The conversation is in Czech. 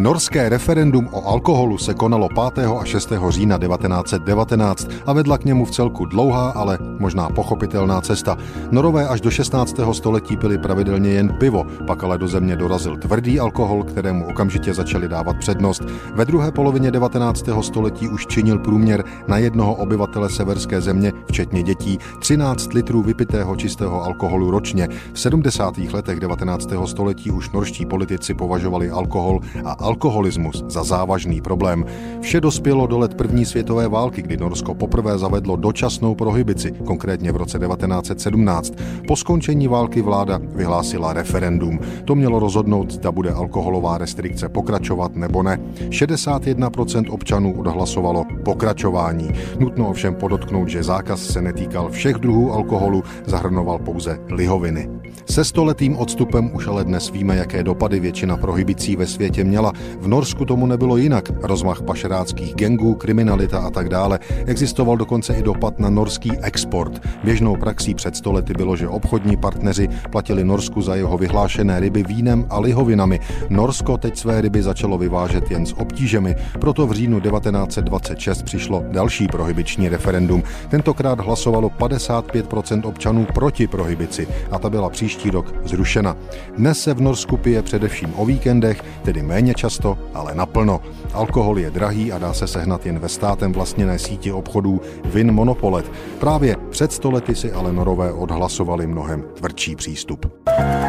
Norské referendum o alkoholu se konalo 5. a 6. října 1919 a vedla k němu vcelku dlouhá, ale možná pochopitelná cesta. Norové až do 16. století pili pravidelně jen pivo, pak ale do země dorazil tvrdý alkohol, kterému okamžitě začali dávat přednost. Ve druhé polovině 19. století už činil průměr na jednoho obyvatele severské země, včetně dětí, 13 litrů vypitého čistého alkoholu ročně. V 70. letech 19. století už norští politici považovali alkohol a alkoholismus za závažný problém. Vše dospělo do let první světové války, kdy Norsko poprvé zavedlo dočasnou prohibici, konkrétně v roce 1917. Po skončení války vláda vyhlásila referendum. To mělo rozhodnout, zda bude alkoholová restrikce pokračovat nebo ne. 61% občanů odhlasovalo pokračování. Nutno ovšem podotknout, že zákaz se netýkal všech druhů alkoholu, zahrnoval pouze lihoviny. Se stoletým odstupem už ale dnes víme, jaké dopady většina prohibicí ve světě měla. V Norsku tomu nebylo jinak. Rozmach pašeráckých gangů, kriminalita a tak dále. Existoval dokonce i dopad na norský export. Běžnou praxí před 100 lety bylo, že obchodní partneři platili Norsku za jeho vyhlášené ryby vínem a lihovinami. Norsko teď své ryby začalo vyvážet jen s obtížemi, proto v říjnu 1926 přišlo další prohibiční referendum. Tentokrát hlasovalo 55% občanů proti prohibici a ta byla příští rok zrušena. Dnes se v Norsku pije především o víkendech, tedy méně často, ale naplno. Alkohol je drahý a dá se sehnat jen ve státem vlastněné síti obchodů Vin Monopolet. Právě před 100 lety si ale Norové odhlasovali mnohem tvrdší přístup.